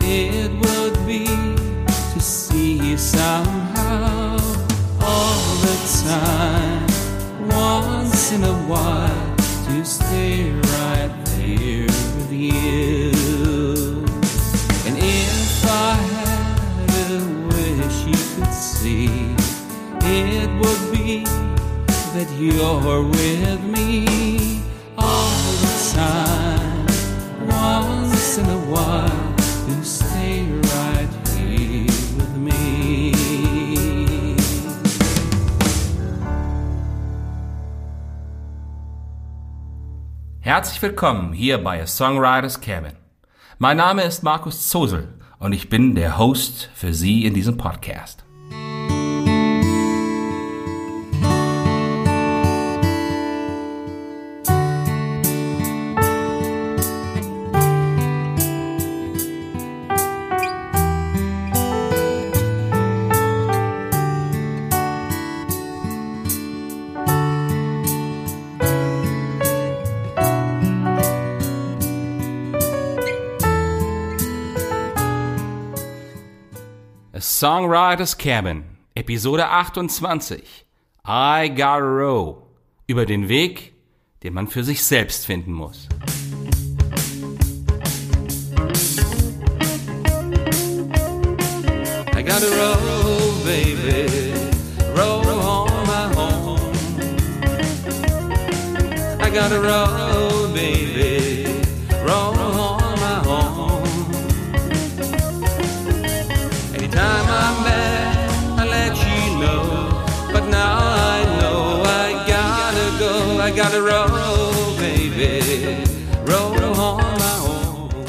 it would be to see you somehow all the time, once in a while, to stay right there with you. And if I had a wish you could see, it would be that you're with me all the time, once in a while, to stay right here with me. Herzlich willkommen hier bei A Songwriter's Cabin. Mein Name ist Markus Zosel und ich bin der Host für Sie in diesem Podcast. A Songwriter's Cabin, Episode 28, I Gotta Row, über den Weg, den man für sich selbst finden muss. I gotta roll, baby, roll on my home. I gotta roll, baby, roll on my home. Anytime I'm mad, I let you know, but now I know I gotta roll, baby, roll on my home.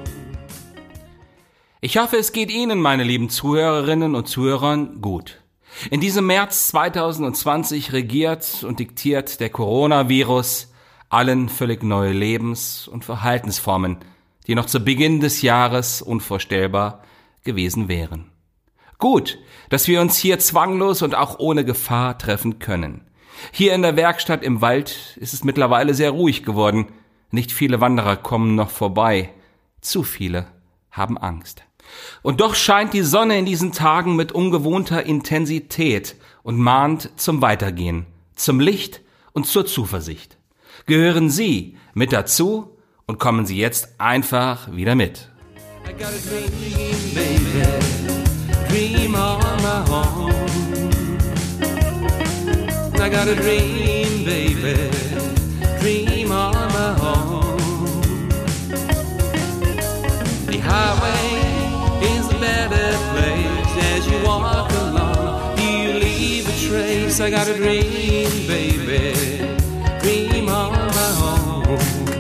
Ich hoffe, es geht Ihnen, meine lieben Zuhörerinnen und Zuhörern, gut. In diesem März 2020 regiert und diktiert der Coronavirus allen völlig neue Lebens- und Verhaltensformen, die noch zu Beginn des Jahres unvorstellbar gewesen wären. Gut, dass wir uns hier zwanglos und auch ohne Gefahr treffen können. Hier in der Werkstatt im Wald ist es mittlerweile sehr ruhig geworden. Nicht viele Wanderer kommen noch vorbei. Zu viele haben Angst. Und doch scheint die Sonne in diesen Tagen mit ungewohnter Intensität und mahnt zum Weitergehen, zum Licht und zur Zuversicht. Gehören Sie mit dazu und kommen Sie jetzt einfach wieder mit. I got a dream, baby, dream on my home. I got a dream, baby, dream on my home. The highway is a better place as you walk along. You leave a trace. I got a dream, baby, dream on my home.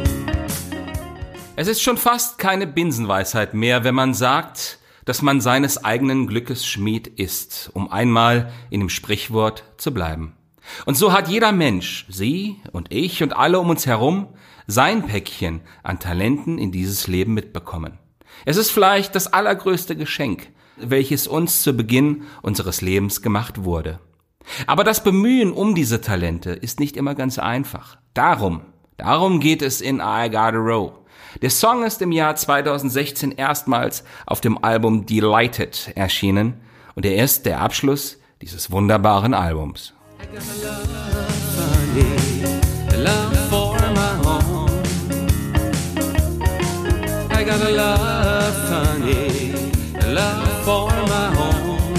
Es ist schon fast keine Binsenweisheit mehr, wenn man sagt, dass man seines eigenen Glückes Schmied ist, um einmal in dem Sprichwort zu bleiben. Und so hat jeder Mensch, Sie und ich und alle um uns herum, sein Päckchen an Talenten in dieses Leben mitbekommen. Es ist vielleicht das allergrößte Geschenk, welches uns zu Beginn unseres Lebens gemacht wurde. Aber das Bemühen um diese Talente ist nicht immer ganz einfach. Darum geht es in I Gotta Row. Der Song ist im Jahr 2016 erstmals auf dem Album Delighted erschienen und er ist der Abschluss dieses wunderbaren Albums. I got a love, honey, a love for my home. I got a love, honey, a love for my home.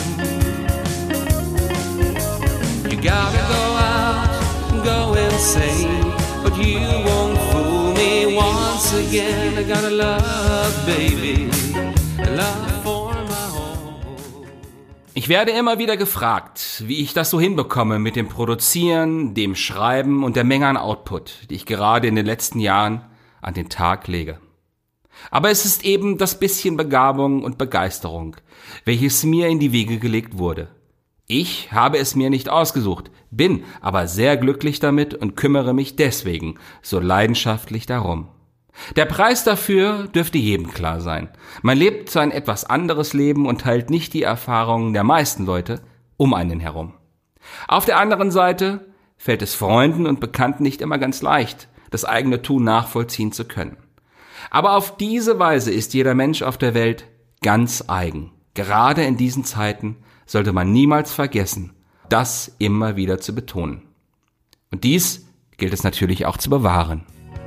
You gotta go out, go insane, but you won't fool me once again. I got a love, baby, a love for my home. Ich werde immer wieder gefragt, wie ich das so hinbekomme mit dem Produzieren, dem Schreiben und der Menge an Output, die ich gerade in den letzten Jahren an den Tag lege. Aber es ist eben das bisschen Begabung und Begeisterung, welches mir in die Wiege gelegt wurde. Ich habe es mir nicht ausgesucht, bin aber sehr glücklich damit und kümmere mich deswegen so leidenschaftlich darum. Der Preis dafür dürfte jedem klar sein. Man lebt so ein etwas anderes Leben und teilt nicht die Erfahrungen der meisten Leute um einen herum. Auf der anderen Seite fällt es Freunden und Bekannten nicht immer ganz leicht, das eigene Tun nachvollziehen zu können. Aber auf diese Weise ist jeder Mensch auf der Welt ganz eigen. Gerade in diesen Zeiten sollte man niemals vergessen, das immer wieder zu betonen. Und dies gilt es natürlich auch zu bewahren.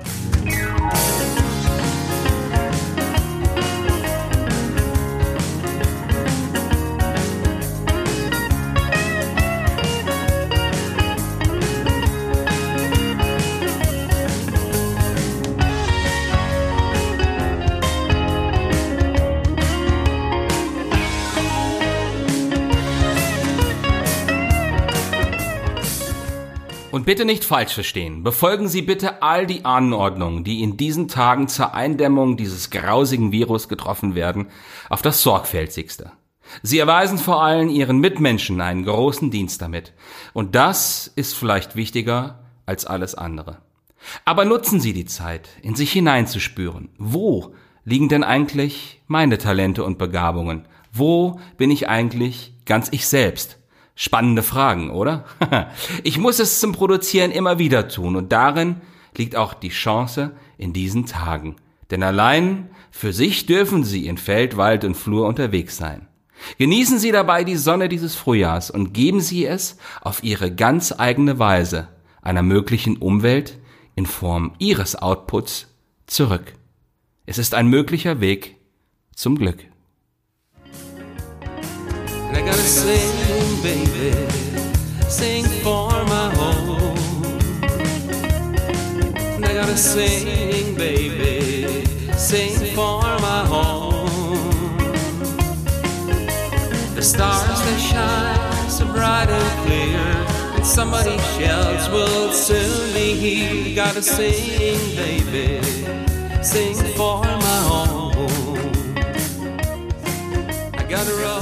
Und bitte nicht falsch verstehen. Befolgen Sie bitte all die Anordnungen, die in diesen Tagen zur Eindämmung dieses grausigen Virus getroffen werden, auf das Sorgfältigste. Sie erweisen vor allem Ihren Mitmenschen einen großen Dienst damit. Und das ist vielleicht wichtiger als alles andere. Aber nutzen Sie die Zeit, in sich hineinzuspüren. Wo liegen denn eigentlich meine Talente und Begabungen? Wo bin ich eigentlich ganz ich selbst? Spannende Fragen, oder? Ich muss es zum Produzieren immer wieder tun und darin liegt auch die Chance in diesen Tagen. Denn allein für sich dürfen Sie in Feld, Wald und Flur unterwegs sein. Genießen Sie dabei die Sonne dieses Frühjahrs und geben Sie es auf Ihre ganz eigene Weise einer möglichen Umwelt in Form Ihres Outputs zurück. Es ist ein möglicher Weg zum Glück. I gotta sing, baby, sing for my home. I gotta sing, baby, sing for my home. The stars they shine so bright and clear, and somebody else will soon be here. Gotta sing, baby, sing for my home. I gotta roll.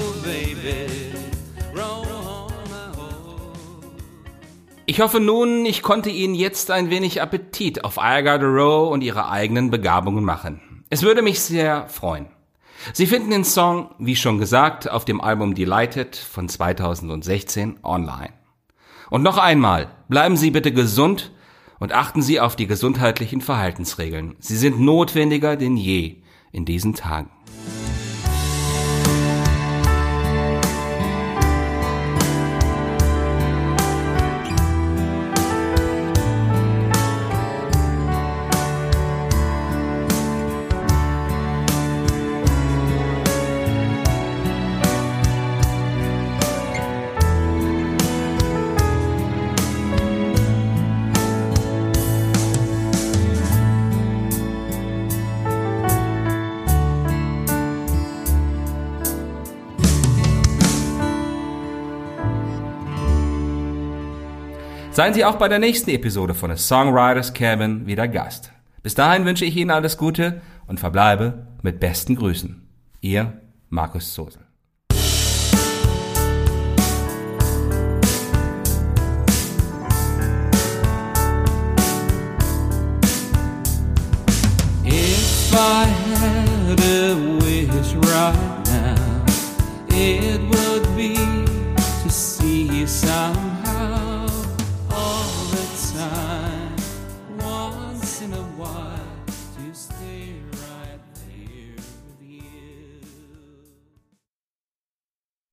Ich hoffe nun, ich konnte Ihnen jetzt ein wenig Appetit auf I Gotta Row und Ihre eigenen Begabungen machen. Es würde mich sehr freuen. Sie finden den Song, wie schon gesagt, auf dem Album Delighted von 2016 online. Und noch einmal, bleiben Sie bitte gesund und achten Sie auf die gesundheitlichen Verhaltensregeln. Sie sind notwendiger denn je in diesen Tagen. Seien Sie auch bei der nächsten Episode von A Songwriter's Cabin wieder Gast. Bis dahin wünsche ich Ihnen alles Gute und verbleibe mit besten Grüßen. Ihr Markus Zosel. If I